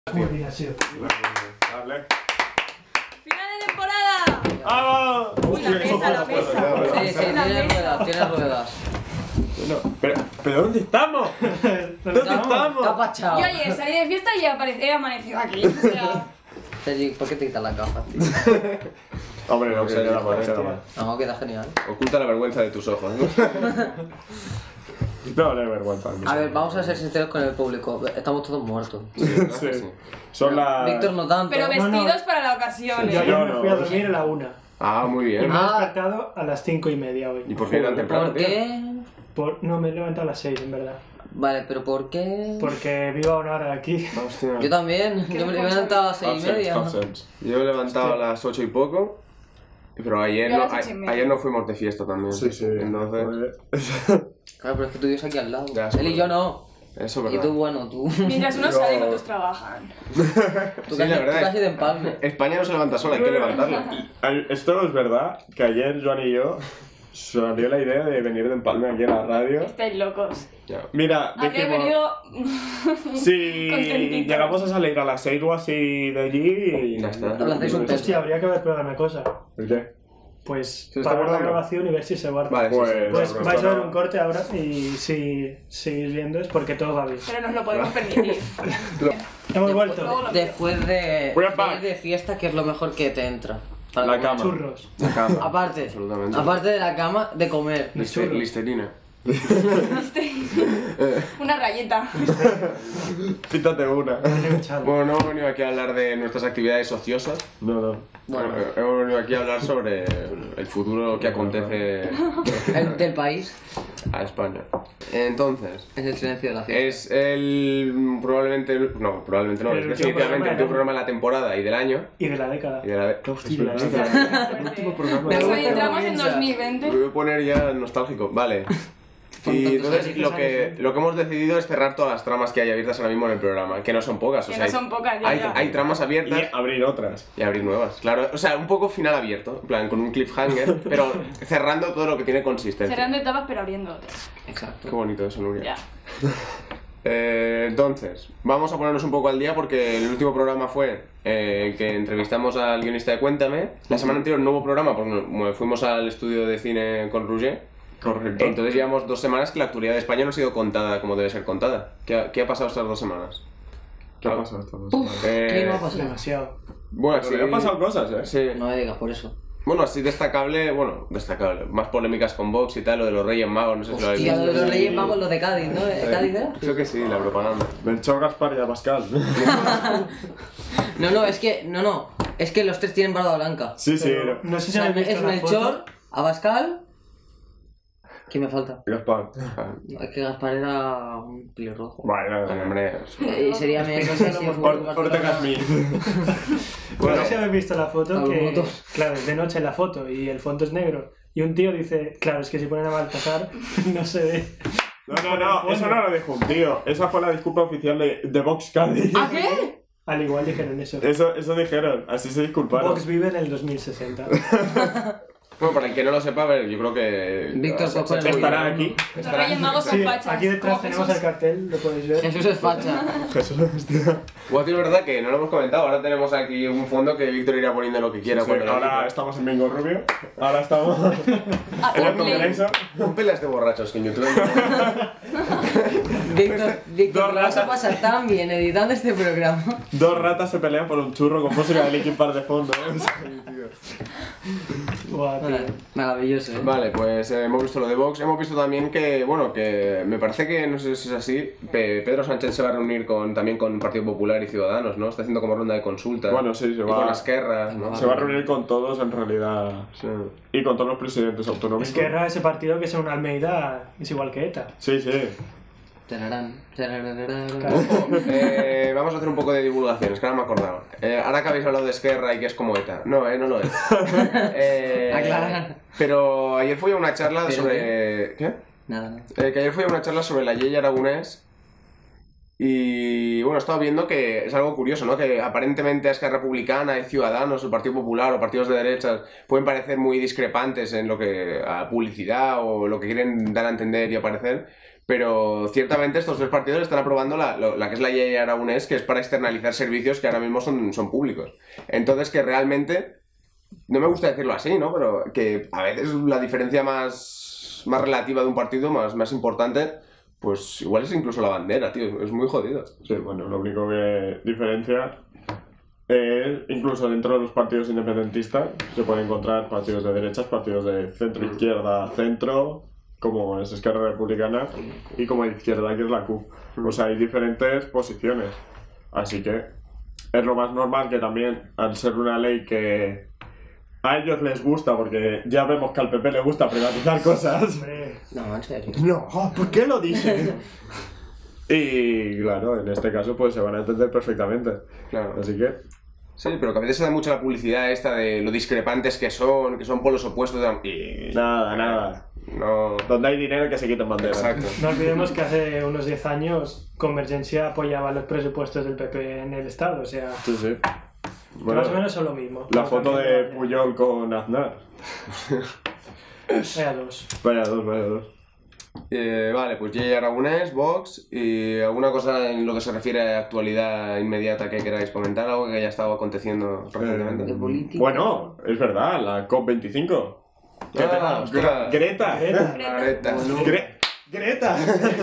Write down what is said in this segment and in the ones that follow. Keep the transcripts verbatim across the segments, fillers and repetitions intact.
Muy bien, ha sido. Dale. ¡Final de temporada! ¡Vamos! Uy, la mesa, la mesa. Sí, sí, tiene ruedas, tiene ruedas. Bueno, pero, ¿pero dónde estamos? ¿Dónde estamos? ¿Qué ha pachado? Yo ayer salí de fiesta y apare- he amanecido aquí. O sea, Sergi, ¿por qué te quitas la capa, tío? Hombre, no sé, la molestia. No, queda genial. Oculta la vergüenza de tus ojos, ¿no? No, no hay vergüenza. A ver, vamos a ser sinceros con el público. Estamos todos muertos. Sí. Son las... Víctor no tanto. pero no. vestidos para la ocasión. Yo ¿eh? ayer Yo me no, fui a o sea. dormir a la una. Ah, muy Y bien. me he Ah. despertado a las cinco y media hoy. ¿Y por qué tan temprano, ¿Por tío? qué? Por... No, me he levantado a las seis, en verdad. Vale, pero ¿por qué? Porque vivo a una hora de aquí. Hostia. Yo también. Qué Yo me he levantado a las seis y Absence, media. absence. Yo he levantado a las ocho y poco. Pero ayer Yo a no, las ocho y a- media. ayer no fuimos de fiesta también. Sí, sí. Entonces, Claro, pero es que tú vives aquí al lado. Ya, eso Él y es yo verdad. no. eso es Y verdad. tú, bueno, tú. Mientras unos Yo- salen, otros trabajan. Tú Sí, casi, la tú verdad casi es- de empalme. España no se levanta sola, hay que levantarla. Ay, Esto es verdad, que ayer Joan y yo salió la idea de venir de empalme aquí a la radio. Estáis locos. Ya. Mira, Habría dijimos, venido. si contentitos. llegamos a salir a las seis o así de allí y... Ya está. Lo hacéis un test. Hostia, habría que haber probado una cosa. ¿El qué? Pues ¿Se está parar la guardando? grabación y ver si se guarda. Vale, sí, Pues- sí. Pues Pues- vais a ver un corte ahora y si seguís viendo es porque todo va bien. Pero nos lo podemos permitir. Hemos vuelto. Luego lo- Después de, We're de back. ir de fiesta, que es lo mejor que te entra. Para La comer. cama. Churros. La cama. Aparte, Absolutamente. aparte de la cama, de comer. Liste- churros. Listerina. ¿Viste? Una rayeta. Píntate una. Bueno, no hemos venido aquí a hablar de nuestras actividades ociosas. No, no. Bueno, hemos venido aquí a hablar sobre el futuro que acontece El- del país. a España. Entonces, Es el silencio de la fiesta. es el probablemente, no, probablemente no, El es último definitivamente programa el del último programa de la temporada y del año. Y de la década. Y de la de... Hostia, la hostia. El último programa. Me Hoy gusta entramos cómo en piensa. dos mil veinte. Me voy a poner ya nostálgico, vale. Con Y tantos entonces años, lo años, que, ¿eh? lo que hemos decidido es cerrar todas las tramas que hay abiertas ahora mismo en el programa, que no son pocas. Que o no sea, son pocas, ya, hay, ya. hay tramas Y abiertas abrir otras. y abrir nuevas, claro. O sea, un poco final abierto, en plan, con un cliffhanger, pero cerrando todo lo que tiene consistencia. Serán de etapas, pero abriendo otras. Exacto. Qué bonito eso, Nuria. Ya. Eh, entonces, vamos a ponernos un poco al día porque el último programa fue eh, que entrevistamos al guionista de Cuéntame. La semana anterior no hubo programa porque nos- fuimos al estudio de cine con Roger. Correcto. Entonces llevamos dos semanas que la actualidad de España no ha sido contada como debe ser contada. ¿Qué ha, qué ha pasado estas dos semanas? ¿Qué ha pasado esta noche? Eh, ¿Qué no ha pasado? Demasiado. Bueno, Sí, sí, han pasado cosas, ¿eh? sí. No me digas por eso. Bueno, así destacable, bueno, destacable. Más polémicas con Vox y tal, lo de los Reyes Magos, no sé si lo habéis Hostia, visto. lo de los sí. Reyes Magos, los de Cádiz, ¿no? ¿De Cádiz era? Creo que sí, la propaganda. Melchor, Gaspar y Abascal. No, no, es que, no, no. Es que los tres tienen barba blanca. Sí, sí. Pero no sé O si sea, habéis visto es la Melchor, foto. Abascal. ¿Quién me falta? Gaspar. Ah, Es que Gaspar era un pelirrojo. Bueno, hombre, Eh, Y sería mi no sé si fue Or- Ortega Smith. No sé si habéis visto la foto Pablo que, Moto. claro, es de noche la foto y el fondo es negro. Y un tío dice, claro, es que si ponen a Baltasar no se ve. No, no, no, eso no lo dijo un tío. Esa fue la disculpa oficial de, de Vox Cádiz. ¿A qué? Al igual dijeron eso. Eso, eso dijeron, así se disculparon. Vox vive en el dos mil sesenta. bueno, para el que no lo sepa, a ver, yo creo que... Víctor se- Cojo se- en el Estará vídeo. aquí. Los Reyes Magos son Sí, fachas. aquí detrás como tenemos Jesús. el cartel, lo podéis ver. Jesús es facha. Jesús, hostia. Bueno, tío, es verdad que no lo hemos comentado, ahora tenemos aquí un fondo que Víctor irá poniendo lo que quiera Sí, cuando lo ahora edite. estamos en Bingo Rubio. Ahora estamos en el Azul Congreso. Un pelas de borrachos que en YouTube... Víctor, Víctor, Dos lo vas a ratas. pasar tan bien editando este programa. Dos ratas se pelean por un churro con música de Linkin Park de fondo. ¿eh? Buah, tío. Vale, maravilloso, ¿eh? Vale, pues eh, hemos visto lo de Vox, hemos visto también que, bueno, que me parece que, no sé si es así, Pe- Pedro Sánchez se va a reunir con, también con Partido Popular y Ciudadanos, ¿no? Está haciendo como ronda de consultas. Bueno, sí, se y va- con Esquerra, ¿no? Se va a reunir con todos en realidad. Sí. Y con todos los presidentes autonómicos. Es que era ese partido que es una Almeida, es igual que ETA. Sí, sí. Tararán, tararararán. Ojo, eh, vamos a hacer un poco de divulgación, es que ahora me he acordado. Eh, ahora que habéis hablado de Esquerra y que es como ETA. No, eh, no lo es. Eh, Aclarar. Pero ayer fui a una charla ¿Pero sobre... ¿Qué? Nada, nada. Eh, que ayer fui a una charla sobre la Llei Aragonés y bueno, he estado viendo que es algo curioso, ¿no? Que aparentemente a Esquerra Republicana y Ciudadanos, el Partido Popular o partidos de derechas pueden parecer muy discrepantes en lo que a publicidad o lo que quieren dar a entender y aparecer, Pero ciertamente estos tres partidos están aprobando la, lo- la que es la ley aragonés, que es para externalizar servicios que ahora mismo son, son públicos. Entonces que realmente, no me gusta decirlo así, ¿no? Pero que a veces la diferencia más, más relativa de un partido, más, más importante, pues igual es incluso la bandera, tío. Es muy jodido. Sí, bueno, lo único que diferencia es, incluso dentro de los partidos independentistas, se pueden encontrar partidos de derechas, partidos de centro-izquierda, centro, como es Esquerra Republicana, y como izquierda, que es la C U P. O sea, hay diferentes posiciones. Así que es lo más normal que también, al ser una ley que a ellos les gusta, porque ya vemos que al P P le gusta privatizar cosas. Hombre, No, en serio. No, ¿por qué lo dices? Y claro, en este caso pues se van a entender perfectamente. Claro. Así que, Sí, pero que a veces se da mucho la publicidad esta de lo discrepantes que son, que son polos opuestos. de- Y... nada, nada. No... Donde hay dinero que se quiten banderas. Exacto. no olvidemos que hace unos diez años Convergencia apoyaba los presupuestos del P P en el Estado, o sea, Sí, sí. que Bueno, más o menos son lo mismo. la No foto cambia de nada. Puyol con Aznar. Vaya dos. Vaya dos, vaya dos. Eh, vale, pues J. Aragonés, Vox, y alguna cosa en lo que se refiere a actualidad inmediata que queráis comentar, algo que haya estado aconteciendo recientemente. De política. Bueno, es verdad, la COP veinticinco. ¿Qué te- Ah, ostras. Greta. Greta. Greta. Gre- Greta.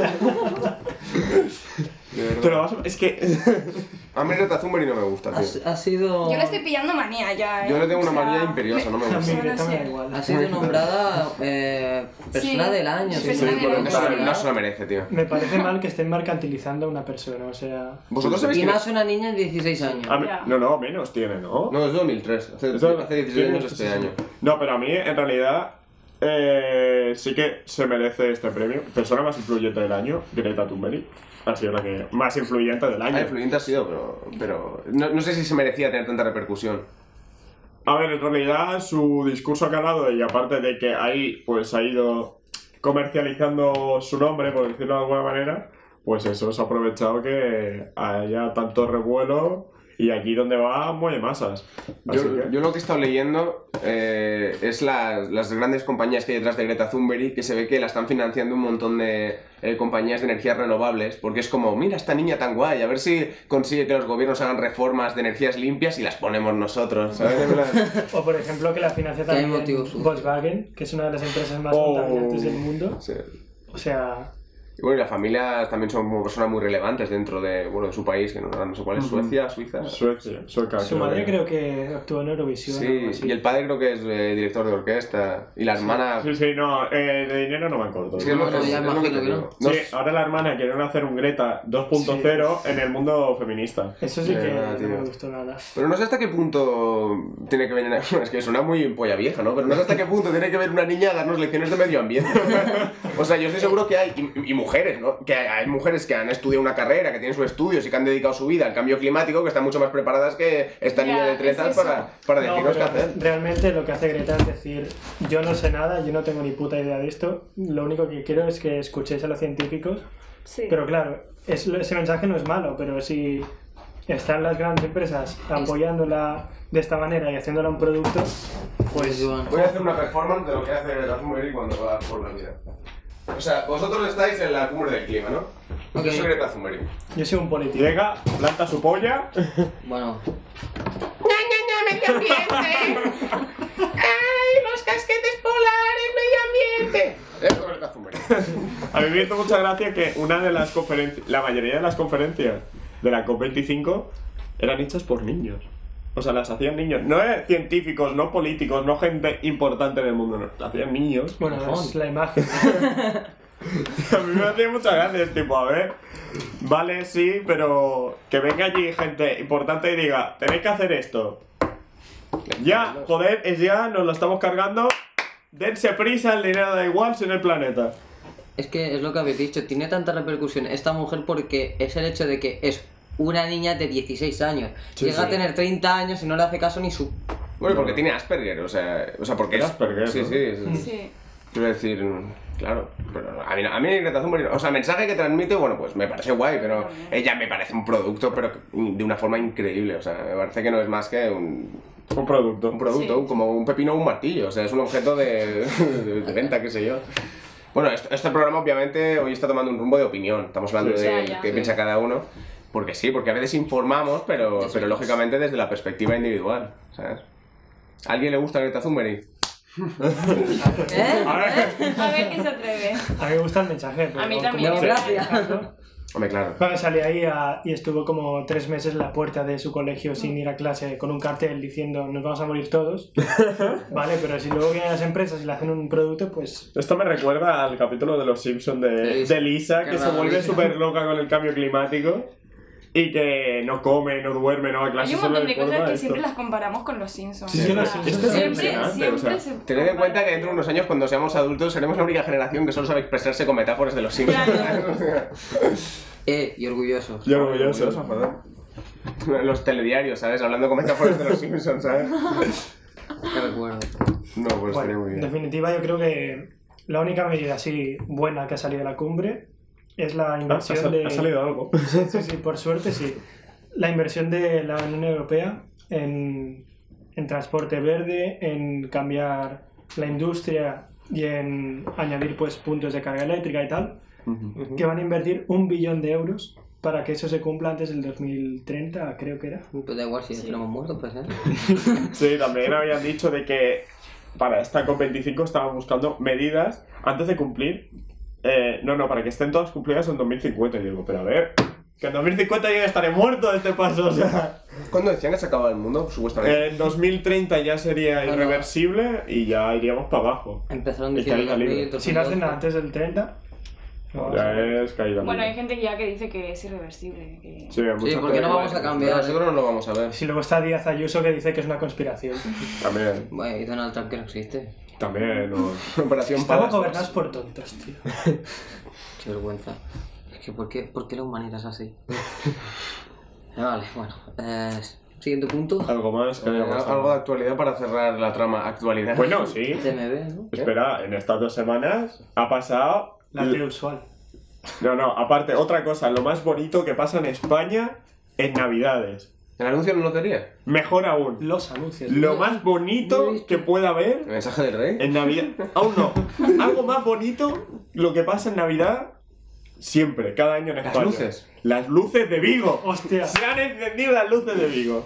De verdad. Te lo vas a- Es que... A mí Greta Thunberg no me gusta, Ha, tío. ha sido... Yo le estoy pillando manía ya. ¿eh? Yo le tengo una O sea, manía imperiosa, no me A mí gusta. no Greta me da sé. igual. Ha sido nombrada eh, persona Sí, del año. sí, sí, persona sí, del por año. No ejemplo. se, no se lo merece, tío. Me parece mal que estén mercantilizando a una persona, o sea... ¿Vosotros sabéis Y quién más es? una niña de dieciséis años. A mí- Ya. No, no, menos tiene, ¿no? No, es dos mil tres. Hace, Eso- hace dieciséis sí, años sí, este sí. año. No, pero a mí, en realidad, eh, sí que se merece este premio. Persona más influyente del año, Greta Thunberg. Ha sido la que más influyente del año. Ah, influyente ha sido, pero... pero no, no sé si se merecía tener tanta repercusión. A ver, en realidad su discurso ha calado y aparte de que ahí pues ha ido comercializando su nombre, por decirlo de alguna manera, pues eso se ha aprovechado que haya tanto revuelo y aquí donde va mueve masas. Así Yo, que... yo lo que he estado leyendo eh, es las, las grandes compañías que hay detrás de Greta Thunberg, que se ve que la están financiando un montón de eh, compañías de energías renovables, porque es como, mira esta niña tan guay, a ver si consigue que los gobiernos hagan reformas de energías limpias y las ponemos nosotros, ¿sabes? En plan- O por ejemplo que la financia Que hay también motivos sus. Volkswagen, que es una de las empresas más Oh. contaminantes del mundo. Sí. O sea, Y bueno, y las familias también son como personas muy relevantes dentro de, bueno, de su país, que no, no sé cuál es, Suecia, Suiza. Suecia, Sueca, su madre creo que actuó en Eurovisión. o algo Sí, así. y el padre creo que es eh, director de orquesta, y la hermana... Sí, sí, no, eh, de dinero no me acuerdo. Sí, es lo que- No, ya es lo imagino te que no. digo. Sí, No, ahora la hermana quiere hacer un Greta dos punto cero en el mundo feminista. Eso sí De que verdad, no tío. me gustó nada. Pero no sé hasta qué punto tiene que venir... Es que suena muy polla vieja, ¿no? Pero no sé hasta qué punto tiene que ver una niña a darnos lecciones de medio ambiente. O sea, yo estoy seguro que hay... Y, y mujeres, ¿no? Que hay, hay mujeres que han estudiado una carrera, que tienen sus estudios y que han dedicado su vida al cambio climático, que están mucho más preparadas que esta Ya, niña de es treinta eso. para, para No, decirnos qué pero hacer. realmente lo que hace Greta es decir, yo no sé nada, yo no tengo ni puta idea de esto, lo único que quiero es que escuchéis a los científicos. Sí. Pero claro, es- ese mensaje no es malo, pero si están las grandes empresas apoyándola de esta manera y haciéndola un producto, pues Joan. Voy a hacer una performance de lo que hace Greta Thunberg cuando va por la vida. O sea, vosotros estáis en la cumbre del clima, ¿no? Ok. Yo soy Greta Thunberg. yo soy un político. Llega, planta su polla. Bueno, medio ambiente! ¡Ay, los casquetes polares, medio ambiente! Eso es Greta Thunberg. A mí me hizo mucha gracia que una de las conferencias, la mayoría de las conferencias de la COP veinticinco eran hechas por niños. O sea, las hacían niños. No eh, científicos, no políticos, no gente importante en el mundo, no. Las hacían niños. Bueno, es la imagen. A mí me hacía mucha gracia, es tipo, a ver, vale, sí, pero que venga allí gente importante y diga, tenéis que hacer esto. Ya, joder, es ya, nos lo estamos cargando. Dense prisa, el dinero da igual, sin el planeta. es que es lo que habéis dicho, tiene tanta repercusión esta mujer porque es el hecho de que es una niña de dieciséis años. Sí, Llega sí. a tener treinta años y no le hace caso ni su... Bueno, porque tiene Asperger, o sea, o sea porque es... Asperger, Sí, ¿no? sí, es- Sí. quiero decir, claro, pero a mí, a mí Greta Thunberg, o sea, el mensaje que transmite, bueno, pues me parece guay, pero ella me parece un producto, pero de una forma increíble, o sea, me parece que no es más que un, Un producto. un producto, Sí. como un pepino o un martillo, o sea, es un objeto de, de, de venta, qué sé yo. Bueno, este, este programa obviamente hoy está tomando un rumbo de opinión. Estamos hablando Sí, de sí, ya. qué piensa cada uno. Porque sí, porque a veces informamos, pero, Eso pero es. lógicamente desde la perspectiva individual, ¿sabes? ¿A alguien le gusta Greta Thunberg? ¿Eh? A ver. A ver quién se atreve. A mí me gusta el mensaje. Pero A mí como- también. Democracia. Hombre, claro. Cuando salí ahí a- y estuvo como tres meses en la puerta de su colegio sin ir a clase con un cartel diciendo nos vamos a morir todos, vale, pero si luego vienen las empresas y le hacen un producto, pues Esto me recuerda al capítulo de Los Simpsons de, De Lisa. de Lisa, Qué que se raro, vuelve Lisa. súper loca con el cambio climático y que no come, no duerme, no va a clase Hay un solo montón de de cosas culpa que de esto. siempre las comparamos con los Simpsons. Sí, sí, O sea, los Simpsons Esto es Siempre, impresionante, siempre o sea, se Tened en cuenta que dentro de comparan. unos años, cuando seamos adultos, seremos la única generación que solo sabe expresarse con metáforas de los Simpsons. Eh, y orgullosos. Yo orgulloso. Joder. Los telediarios, ¿sabes? Hablando con metáforas de los Simpsons, ¿sabes? Qué recuerdo. No, pues estaría bueno, muy en bien. definitiva yo creo que la única medida así buena que ha salido de la cumbre es la Ah, ha, inversión sal- de... ha salido algo. Sí, sí, sí, por suerte sí. La inversión de la Unión Europea en, en transporte verde, en cambiar la industria y en añadir pues puntos de carga eléctrica y tal, que van a invertir un billón de euros para que eso se cumpla antes del dos mil treinta, creo que era. Pues da igual si ya tenemos muertos, pues, ¿eh? Sí, también habían dicho de que para esta COP veinticinco estaban buscando medidas antes de cumplir. Eh, no, no, para que estén todas cumplidas en dos mil cincuenta. Y digo, pero a ver, que en dos mil cincuenta yo ya estaré muerto de este paso, o sea. ¿Cuándo decían que se acababa el mundo? Supuestamente. En dos mil treinta ya sería Bueno. irreversible y ya iríamos para abajo. Empezaron Y diciendo caída libre. Si no hacen nada antes del treinta, no vamos a Ya ver. es caída Bueno, hay libre. gente ya que dice que es irreversible. Que... Sí, hay mucha Sí, porque no gente- vamos a cambiar. Nosotros no lo vamos a ver. Si luego está Díaz Ayuso que dice que es una conspiración. También, Bueno, y Donald Trump que no existe. también. No. Operación Estamos Pavas. gobernados por tontos, tío. Qué vergüenza. Es que, ¿por qué, por qué la humanidad es así? Vale, bueno. Eh, siguiente punto. Algo más que Eh, haya pasado. Algo de actualidad para cerrar la trama actualidad. Bueno, sí. T M B, ¿no? Espera, en estas dos semanas ha pasado. La tía usual. No, no, aparte, otra cosa, lo más bonito que pasa en España en Navidades. ¿El anuncio de la lotería? Mejor aún, Los anuncios. lo más bonito que pueda haber ¿El mensaje del rey? en Navidad. Aún no. Algo más bonito lo que pasa en Navidad siempre, cada año en Las España. luces. Las luces de Vigo. Hostia. Se han encendido las luces de Vigo.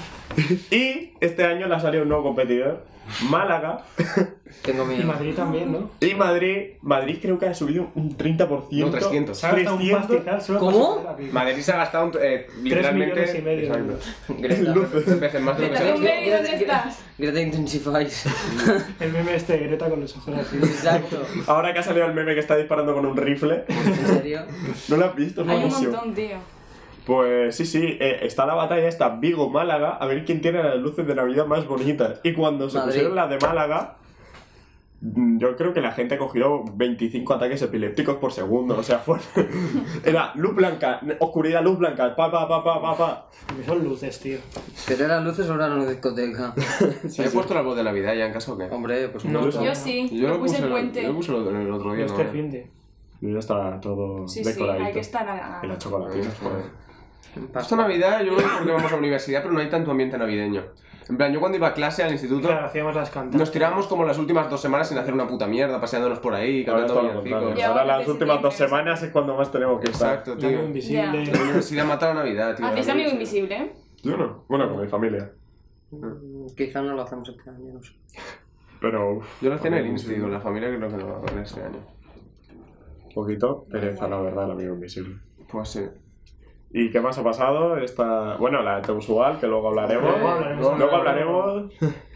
Y este año le ha salido un nuevo competidor, Málaga. Tengo Y miedo. Madrid también, ¿no? Y Madrid, Madrid creo que ha subido un treinta por ciento. No, trescientos. Se ha gastado un trescientos. pastizal solo para ¿Cómo? sacar a Vigo. Madrid se ha gastado un, eh, literalmente. millones y medio de Exacto. Greta. Tres veces más de lo que Greta se Thunberg, ¿dónde estás? Greta Intensifies. El meme este de Greta con los ojos así. Exacto. Ahora que ha salido el meme que está disparando con un rifle. ¿En serio? ¿No lo has visto? Es Hay un buenísimo. montón, tío. Pues sí, sí, eh, está la batalla esta Vigo-Málaga, a ver quién tiene las luces de Navidad más bonitas. Y cuando se Madrid. pusieron las de Málaga, mm, yo creo que la gente cogió veinticinco ataques epilépticos por segundo, o sea, fue... Era luz blanca, oscuridad, luz blanca, pa, pa, pa, pa, pa, pa. Que son luces, tío. ¿Pero eran luces o eran una discoteca? ¿Se ha puesto la voz de Navidad ya en caso o qué? Hombre, pues No, no. no. Yo sí, Yo yo lo puse puse, el el- puente. yo lo puse el, el otro día. Este ¿no? fin de. Y ya está todo Sí, sí, decoradito. hay que estar a... Y las chocolatinas, joder. Esta Navidad yo lo digo porque vamos a la universidad, pero no hay tanto ambiente navideño. En plan, yo cuando iba a clase al instituto, Claro, hacíamos las cantas. nos tirábamos como las últimas dos semanas sin hacer una puta mierda, paseándonos por ahí, Ahora, es cantando todo lo villancicos. contrario. Ya, Ahora ahora las que últimas sí, dos pero- semanas es cuando más tenemos que estar. Exacto, La tío. invisible. Ya. La universidad mata la Navidad, tío. ¿Hacéis amigo invisible, eh? Yo no. Bueno, con mi familia. Quizá no lo hacemos este año, no sé. Pero, uff, Yo lo hacía en el Insti, con la familia creo que no lo hago este año. un poquito pereza, la verdad, el amigo invisible. Pues sí. ¿Y qué más ha pasado? Esta... Bueno, la de usual, que luego hablaremos. Luego hablaremos. Luego hablaremos.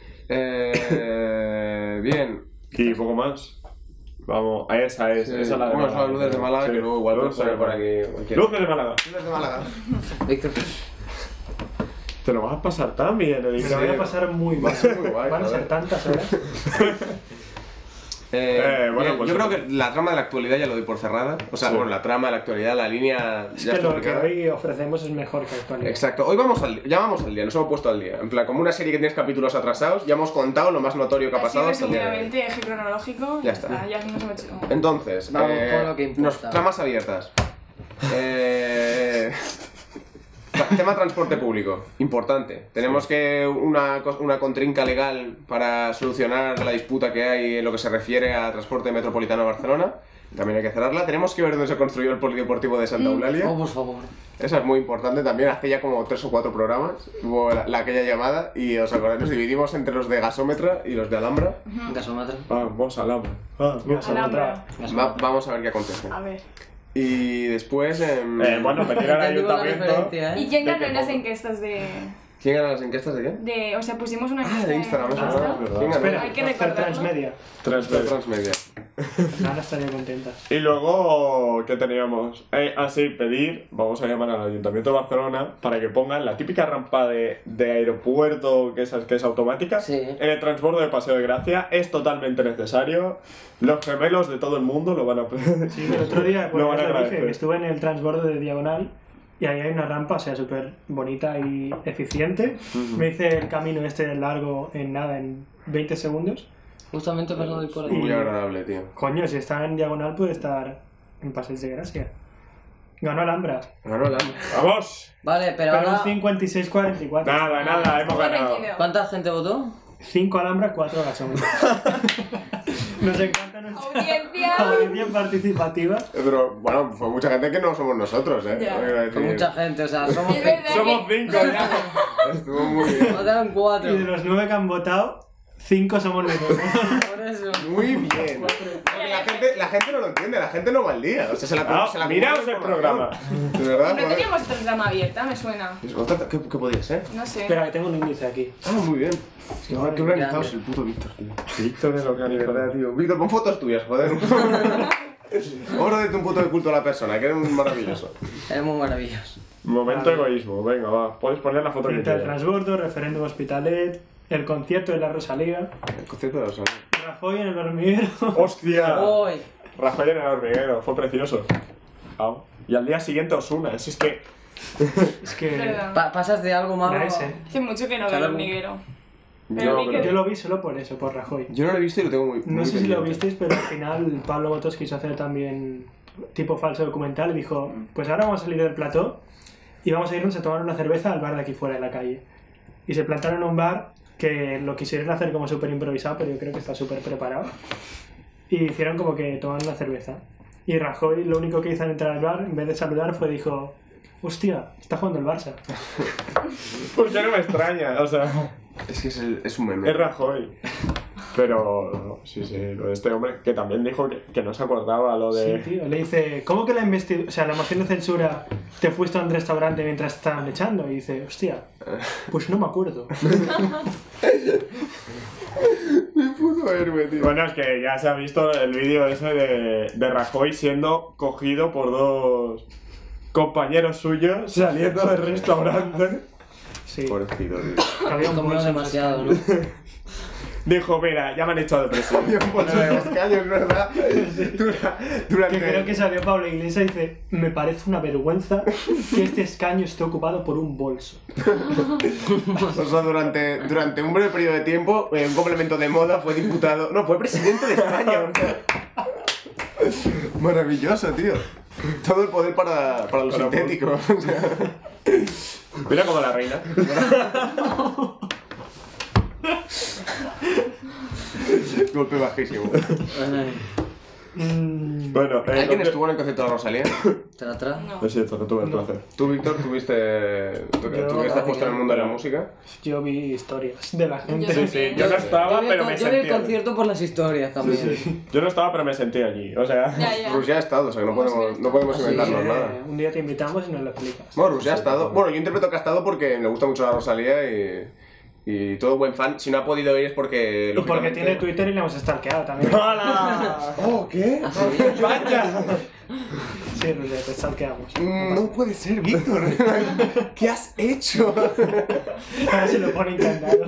Eh, bien. Y poco más. Vamos, a esa es. Sí. Esa es la de Bueno, son las luces de Málaga, Sí. que luego igual Luces puedes poner de por Málaga. aquí cualquiera. Luces de Málaga. Luces de Málaga. Víctor. Te lo vas a pasar tan bien, Me Edith. lo voy a pasar muy Va a mal. ser muy guay, Van a ser joder. tantas horas. Eh, Eh, bueno, bien, pues yo eso. creo que la trama de la actualidad ya lo doy por cerrada. O sea, Sí. bueno, la trama de la actualidad, la línea Es ya que está lo que explicada. hoy ofrecemos es mejor que actualidad. Exacto, hoy vamos al día, ya vamos al día, nos hemos puesto al día. En plan, como una serie que tienes capítulos atrasados, ya hemos contado lo más notorio que ha Así pasado hasta el día de hoy. resumidamente, eje cronológico. Ya está. Ya nos hemos hecho... Entonces, Vamos eh, con lo que importa. nos- tramas abiertas. Eh... Tra- tema transporte público, importante. Tenemos que una, co- una contrinca legal para solucionar la disputa que hay en lo que se refiere a transporte metropolitano de Barcelona. También hay que cerrarla. Tenemos que ver dónde se construyó el polideportivo de Santa Eulalia. Oh, por favor. Esa es muy importante también. Hace ya como tres o cuatro programas hubo la, la aquella llamada y os acordáis, nos dividimos entre los de gasómetra y los de Alhambra. Gasómetro. Vamos, Alhambra. Vamos, Alhambra. Va- vamos a ver qué acontece. A ver. Y después... em, Eh, bueno, pedir al Entendimos la ayuntamiento... referencia, ¿eh? ¿Y quién ¿De ganó qué en las modo? encuestas de, ¿Quién gana las encuestas de qué? de... O sea, pusimos una Ah, encuesta de Instagram, eso en no, Insta. es verdad. ¿Quién ganó? Espera, Hay que hacer recordarlo. Transmedia. Tres De veces. Transmedia. Ana estaría contenta. Y luego, ¿qué teníamos? Eh, así, pedir, vamos a llamar al Ayuntamiento de Barcelona para que pongan la típica rampa de, de aeropuerto, que es, que es automática, Sí. en el transbordo de Paseo de Gracia. Es totalmente necesario. Los gemelos de todo el mundo lo van a... Sí, el otro día, Lo pues, van a ya lo dije, agradecer. que estuve en el transbordo de Diagonal y ahí hay una rampa, o sea, súper bonita y eficiente. Me hice el camino este largo en nada, en veinte segundos. Justamente por lo por aquí. Muy agradable, tío. Coño, si está en Diagonal puede estar en Paseos de Gracia. Ganó Alhambra. Ganó el Alhambra. ¡Vamos! Vale, pero Pero un ahora... cincuenta y seis a cuarenta y cuatro. Nada, nada, hemos Muy ganado. reñido. ¿Cuánta gente votó? cinco Alhambra, cuatro gasómetros. Nos encanta nuestra Audiencia. audiencia participativa. Pero bueno, fue mucha gente que no somos nosotros, ¿eh? Ya. Quiero decir, Con mucha gente, o sea, somos Es cinco. verdad Somos que- cinco ya. Estuvo muy bien. Votaron cuatro. Y de los nueve que han votado, cinco somos nosotros. Por eso. Muy bien. Porque la gente, la gente no lo entiende, la gente no va al día. O sea, se la, Ah, se la miraos come el la programa. información. De verdad, No joder. teníamos otra trama abierta, me suena. ¿Qué, ¿Qué podía ser? No sé. Espera, que tengo un índice aquí. Ah, muy bien. Qué Grande. organizado es el puto Víctor, tío. Víctor es lo que De verdad, tío. Víctor, pon fotos tuyas, joder. Vamos a hacerte un puto de culto a la persona, que eres maravilloso. Es muy maravilloso. Momento Vale. egoísmo, venga, va. Puedes poner la foto que Cinta del quieras. transbordo, referéndum Hospitalet, el concierto de la Rosalía, El concierto de los años. Rajoy en el hormiguero. ¡Hostia! Hoy. Rajoy en el hormiguero, fue precioso. Au. Y al día siguiente Osuna, si es que... Es que... Verdad. Pa- pasas de algo malo. Nice, eh. Hace mucho que no veo el Claro. hormiguero. No, Pero vi pero- que- Yo lo vi solo por eso, por Rajoy. Yo no lo he visto y lo tengo muy. No muy sé si lo pendiente. visteis, pero al final Pablo Botos quiso hacer también tipo falso documental y dijo, pues ahora vamos a salir del plató y vamos a irnos a tomar una cerveza al bar de aquí fuera de la calle. Y se plantaron en un bar que lo quisieron hacer como súper improvisado, pero yo creo que está súper preparado. Y hicieron como que tomaban una cerveza. Y Rajoy lo único que hizo al entrar al bar, en vez de saludar, fue dijo, hostia, está jugando el Barça. Pues ya no me extraña, o sea... Es que es, el- es un meme. Es Rajoy. Pero, no, sí, sí, lo de este hombre, que también dijo que, que no se acordaba lo de... Sí, tío, le dice, ¿cómo que la investi- o sea, la moción de censura te fuiste a un restaurante mientras estaban echando? Y dice, hostia, pues no me acuerdo. Mi puto héroe, tío. Bueno, es que ya se ha visto el vídeo ese de, de Rajoy siendo cogido por dos compañeros suyos saliendo del restaurante. Sí, Pobrecito, tío. que había un Comió bolso en demasiado, los ¿no? Dijo, mira, ya me han echado de presión. Había un bolso de escaños, ¿verdad? Dura- Durante... Que creo que salió Pablo Iglesias y dice, me parece una vergüenza que este escaño esté ocupado por un bolso. O sea, durante, durante un breve periodo de tiempo, eh, un complemento de moda fue diputado. No, fue presidente de España. o sea. Maravilloso, tío. Todo el poder para, para lo Para sintético. O sea, Mira como la reina. golpe bajísimo. Ay, Mm, Bueno, eh, ¿Alguien lo que- estuvo en el concierto de la Rosalía? Tra, tra. No. Lo siento, no tuve el placer. Tú, Víctor, tuviste. Tú, Yo- tú que estás puesto en el mundo de la música. yo vi historias de la gente. Yo Sí, sí, yo no estaba, Yo vi el pero con- me Yo vi el sentía. concierto por las historias también. Yo no estaba, pero me sentí allí. O sea, Ya, ya. Rusia ha estado, o sea que no Hemos podemos, visto. no podemos Ah, sí, inventarnos Eh, nada. un día te invitamos y nos lo explicas. Bueno, Rusia ha estado. Bueno, yo interpreto que ha estado porque me gusta mucho la Rosalía y. Y todo buen fan, si no ha podido ir es porque. Y porque lógicamente- tiene Twitter y le hemos stalkeado también. ¡Hola! Oh, ¿qué? ¡Vaya! Sí, Rusia, te stalkeamos. Mm, No puede ser, Víctor. ¿Qué has hecho? Ahora se lo pone encantado.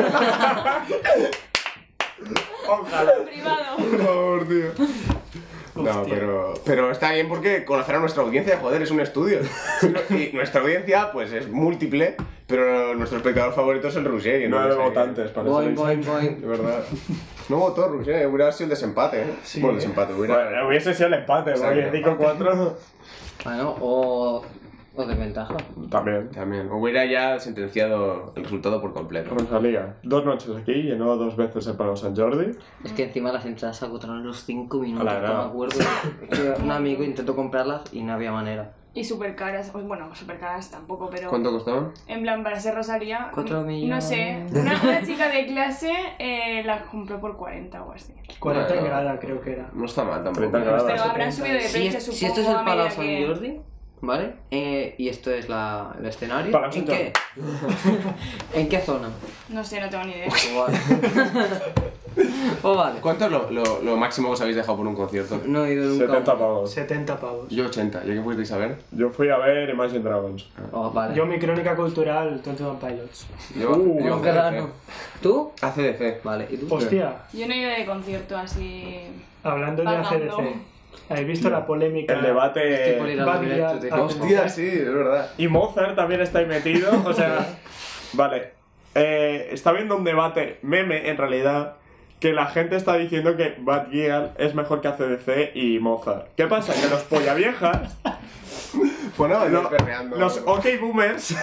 Ojalá. Privado. Por favor, tío. No, Hostia. pero, pero está bien porque conocer a nuestra audiencia, joder, es un estudio. Y nuestra audiencia, pues es múltiple, pero nuestro espectador favorito es el Roger. Nueve votantes, para Boing, eso. boing, boing. De verdad. No votó Roger, hubiera sido el desempate, ¿eh? Sí. Bueno, el desempate, hubiera. Bueno, hubiese sido el empate, porque Exacto. cinco cuatro. Bueno, o O desventaja. También. También. Hubiera ya sentenciado el resultado por completo. Rosalía, dos noches aquí, llenó dos veces el Palau Sant Jordi. Es que encima las entradas se agotaron en los cinco minutos, A la no nada. me acuerdo. Es que un amigo intentó comprarlas y no había manera. Y súper caras, pues, bueno, súper caras tampoco, pero... ¿Cuánto costaban? En plan, para ser Rosalía... Cuatro No millones. sé, una, una chica de clase eh, la compró por cuarenta o así. cuarenta en Bueno. grada creo que era. No está mal tampoco. treinta grados. Pero habrán setenta. subido de Si, precio, es- supongo, si esto es el a medida Palau Sant que- Jordi, ¿vale? Eh, y esto es la, el escenario. Palau ¿En Sant qué? ¿En qué zona? No sé, no tengo ni idea. Pues vale. Pues vale. ¿Cuánto es lo, lo, lo máximo que os habéis dejado por un concierto? No he ido nunca. setenta pavos. setenta pavos. Yo ochenta. ¿Y qué podéis saber? Yo fui a ver Imagine Dragons. Oh, vale. Yo mi crónica cultural, Twenty One Pilots. Yo, Uh, yo Un grano. ¿Tú? A C D C. Vale. ¿Y tú? Hostia, Yo no he ido de concierto así... hablando de Pagando. A C D C, ¿habéis visto la polémica? El Estoy por debate... ir a Va los directos de a- a- Hostia, sí, es verdad. Y Mozart también está ahí metido, o sea... Vale. Eh, está viendo un debate meme, en realidad, que la gente está diciendo que Bad Gyal es mejor que A C D C y Mozart. ¿Qué pasa? Que los pollaviejas... Bueno, Lo- yo perreando. los OK Boomers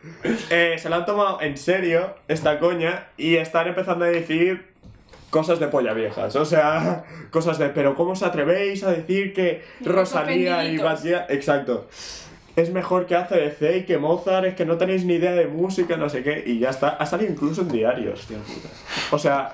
eh, se lo han tomado en serio esta coña y están empezando a decir cosas de polla viejas. O sea, cosas de, pero ¿cómo os atrevéis a decir que Los Rosalía y ofendiditos. Bad Gyal... Exacto. Es mejor que A C D C y que Mozart, es que no tenéis ni idea de música, no sé qué, y ya está. Ha salido incluso en diarios. O sea,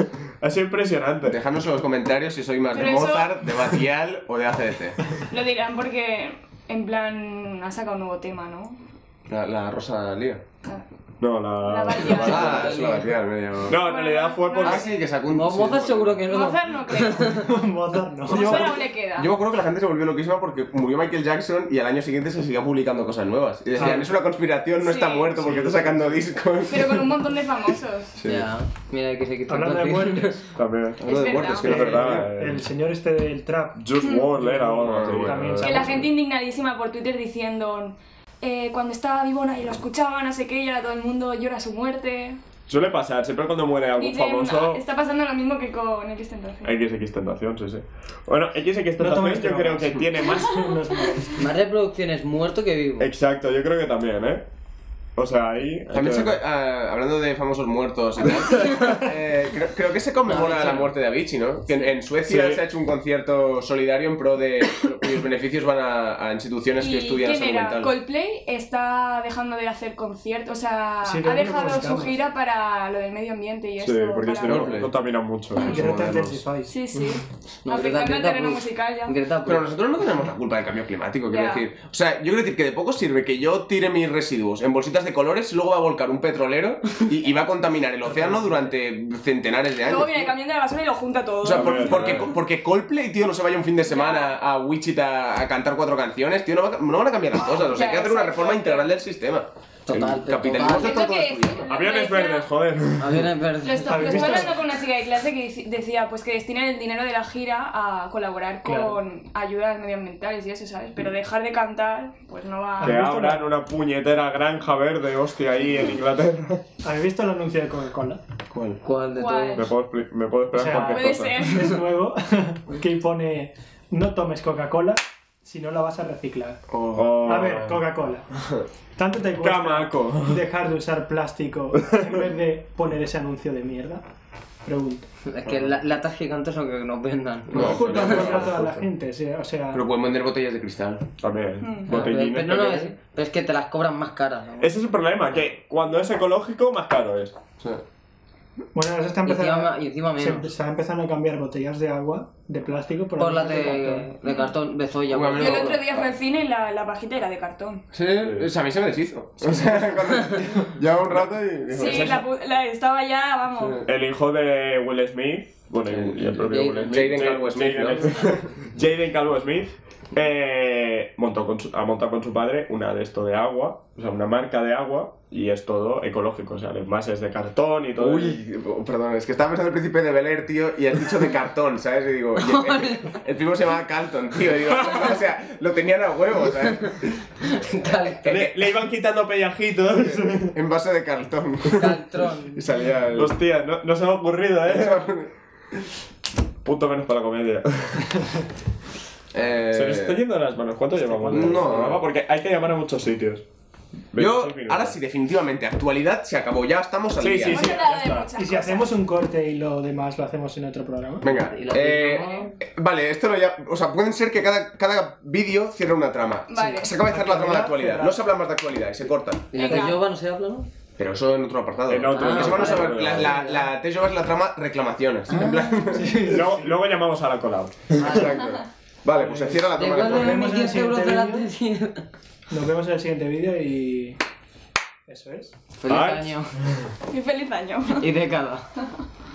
ha sido impresionante. Dejadnos en los comentarios si sois más de Pero eso- Mozart, de Bad Gyal o de A C D C. Lo dirán porque, en plan, ha sacado un nuevo tema, ¿no? La, la Rosalía. No, la... La Bad Gyal. Ah, es la Bad Gyal, me llamo. No, en realidad fue porque... Ah, sí, que sacó un... No, sí, Mozart sí, seguro que no. Mozart no creo. Mozart no. Mozart aún le queda. Yo me acuerdo que la gente se volvió loquísima porque murió Michael Jackson y al año siguiente se seguía publicando cosas nuevas. Y decían, Ah. es una conspiración, no Sí. está muerto porque está sacando discos. Pero con un montón de famosos. Sí. Ya. Mira que se quitó Hablando de muertes, También. Hablando de Es muertes, que verdad. no Es verdad. el eh, señor este del trap, Just World era o algo así. Bueno, también bueno. Que la gente indignadísima por Twitter diciendo... Eh, cuando estaba vivo nadie lo escuchaba, no sé qué, y ahora todo el mundo llora su muerte. Suele pasar, siempre cuando muere algún Dicen, famoso... "Ah, está pasando lo mismo que con X Tentación. X X Tentación, sí, sí. Bueno, X X No Tentación toméis yo creo drogas. que tiene más... no es molesto. Más reproducciones muerto que vivo. Exacto, yo creo que también, ¿eh? O sea, ahí... hay También que se, ver. co- ah, hablando de famosos muertos y tal, eh, creo, creo que se conmemora la muerte de Avicii, ¿no? Que en, en Suecia Sí. se ha hecho un concierto solidario en pro de cuyos beneficios van a, a instituciones que ¿Y estudian quién salud era? mental. Coldplay está dejando de hacer conciertos, o sea, Sí, ha creo que dejado lo su comentamos. gira para lo del medio ambiente y Sí, eso. porque para- si no, Coldplay. contaminan mucho. Mm. Son Greta modernos. Testify. Sí, sí. No, Afectando Greta- al Greta terreno Plus. musical ya. Greta Pero Plus. nosotros no tenemos la culpa del cambio climático, quiero Ya. decir. O sea, yo quiero decir que de poco sirve que yo tire mis residuos en bolsitas de colores y luego va a volcar un petrolero y, y va a contaminar el océano durante centenares de años. Luego viene el tío. camión de la basura y lo junta todo. O sea, por- También, porque, también. porque Coldplay, tío, no se vaya un fin de semana a Wichita a cantar cuatro canciones, tío, no, va- no van a cambiar las cosas. O sea, hay que hacer una reforma integral del sistema. Total, El capitalismo total. se Es está lo todo que destruyendo. decía. Aviones verdes, joder. Aviones Lo, verdes. esto- lo ¿Habéis estaba visto? hablando con una chica de clase que dici- decía pues que destinen el dinero de la gira a colaborar Claro. con ayudas medioambientales y eso, ¿sabes? Pero dejar de cantar, pues no va... Que visto abran una puñetera granja verde, hostia, ahí en Inglaterra. ¿Habéis visto el anuncio de Coca-Cola? ¿Cuál? ¿Cuál de ¿Cuál? Me puedo, expli- me puedo esperar O sea, cualquier Puede cosa. ser. Es nuevo, que pone no tomes Coca-Cola si no la vas a reciclar. Oh. A ver, Coca-Cola. ¿Tanto te cuesta Camaco. dejar de usar plástico en vez de poner ese anuncio de mierda? Pregunto. Es que la- latas gigantes son que nos vendan. No, No es culpa pero- de toda la gente, sí, o sea... Pero pueden vender botellas de cristal. También. Mm. Ah, pero, Botellines pero no, no, es, pequeños. pero es que te las cobran más caras. ¿no? Ese es el problema, que cuando es ecológico, más caro es. O sea, Bueno, ahora se está Y empezando, encima, y encima se menos. está empezando a cambiar botellas de agua de plástico por, Por las botellas de, cartón. de cartón, de Zoya. Bueno, por Yo el ejemplo. otro día fui al cine y la, la pajita era de cartón. sí, o sea, a mí se me deshizo. O sea, cuando lleva un rato y... digo, Sí, la, pu- la- estaba ya, vamos... Sí. El hijo de Will Smith, bueno, y el propio Jaden- Will Smith, Jaden Calvo Smith, Jaden- Jaden Calvo Smith, eh, montó con su, ha montado con su padre una de esto de agua, o sea, una marca de agua, y es todo ecológico, o sea, el envase es de cartón y todo. Uy, oh, perdón, es que estaba pensando en el príncipe de Bel Air, tío, y has dicho de cartón, ¿sabes? Y digo, y el, el, el primo se llamaba Carlton, tío, y digo, o sea, lo tenían a huevo, ¿sabes? Cal- Le, le iban quitando pellajitos. En base de cartón. Caltrón. Y salía el... Hostia, no, no se me ha ocurrido, ¿eh? Punto menos para la comedia. Eh... Se nos está yendo de las manos. ¿Cuánto llevamos? de No. programa? Porque hay que llamar a muchos sitios. Yo, veintiséis minutos. ahora sí, definitivamente, actualidad se acabó, ya estamos al Sí, día. sí, Hemos sí. hablado ya de está. muchas Y si cosas. hacemos un corte y lo demás lo hacemos en otro programa. Venga, ¿Y la eh, trama? vale, esto lo ya... O sea, pueden ser que cada, cada vídeo cierre una trama. Vale. Se acaba de hacer la trama de Actualidad, actualidad. No se habla más de actualidad y se corta. ¿Y la Venga. Tejova no se habla, no? Pero eso en otro apartado. En otro, Eso ah, no se vale, habla- vale, la, vale. la, la Tejova es la trama reclamaciones. En plan... Luego, luego llamamos a la collab. Exacto. Vale, pues se cierra la trama de Devuélveme actualidad. Nos mis vemos en el diez euros de la siguiente tienda. Nos vemos en el siguiente vídeo y... Eso es. Feliz Ay. año Y feliz año. y década.